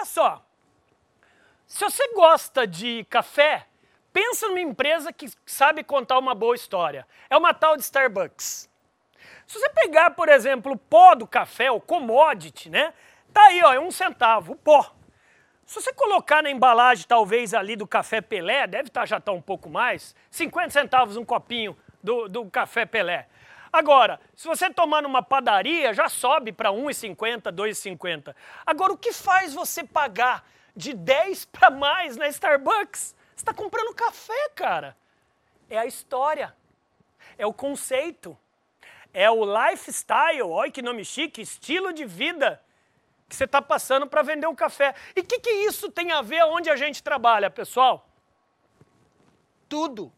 só, se você gosta de café, pensa numa empresa que sabe contar uma boa história. É uma tal de Starbucks. Se você pegar, por exemplo, o pó do café, o commodity, né? Tá aí, ó, é 1 centavo, o pó. Se você colocar na embalagem, talvez ali do café Pelé, deve estar já tá um pouco mais, 50 centavos um copinho do café Pelé. Agora, se você tomar numa padaria, já sobe para 1,50, 2,50. Agora, o que faz você pagar de 10 para mais na Starbucks? Você está comprando café, cara. É a história, é o conceito, é o lifestyle, olha que nome chique, estilo de vida que você está passando para vender um café. E o que isso tem a ver onde a gente trabalha, pessoal? Tudo.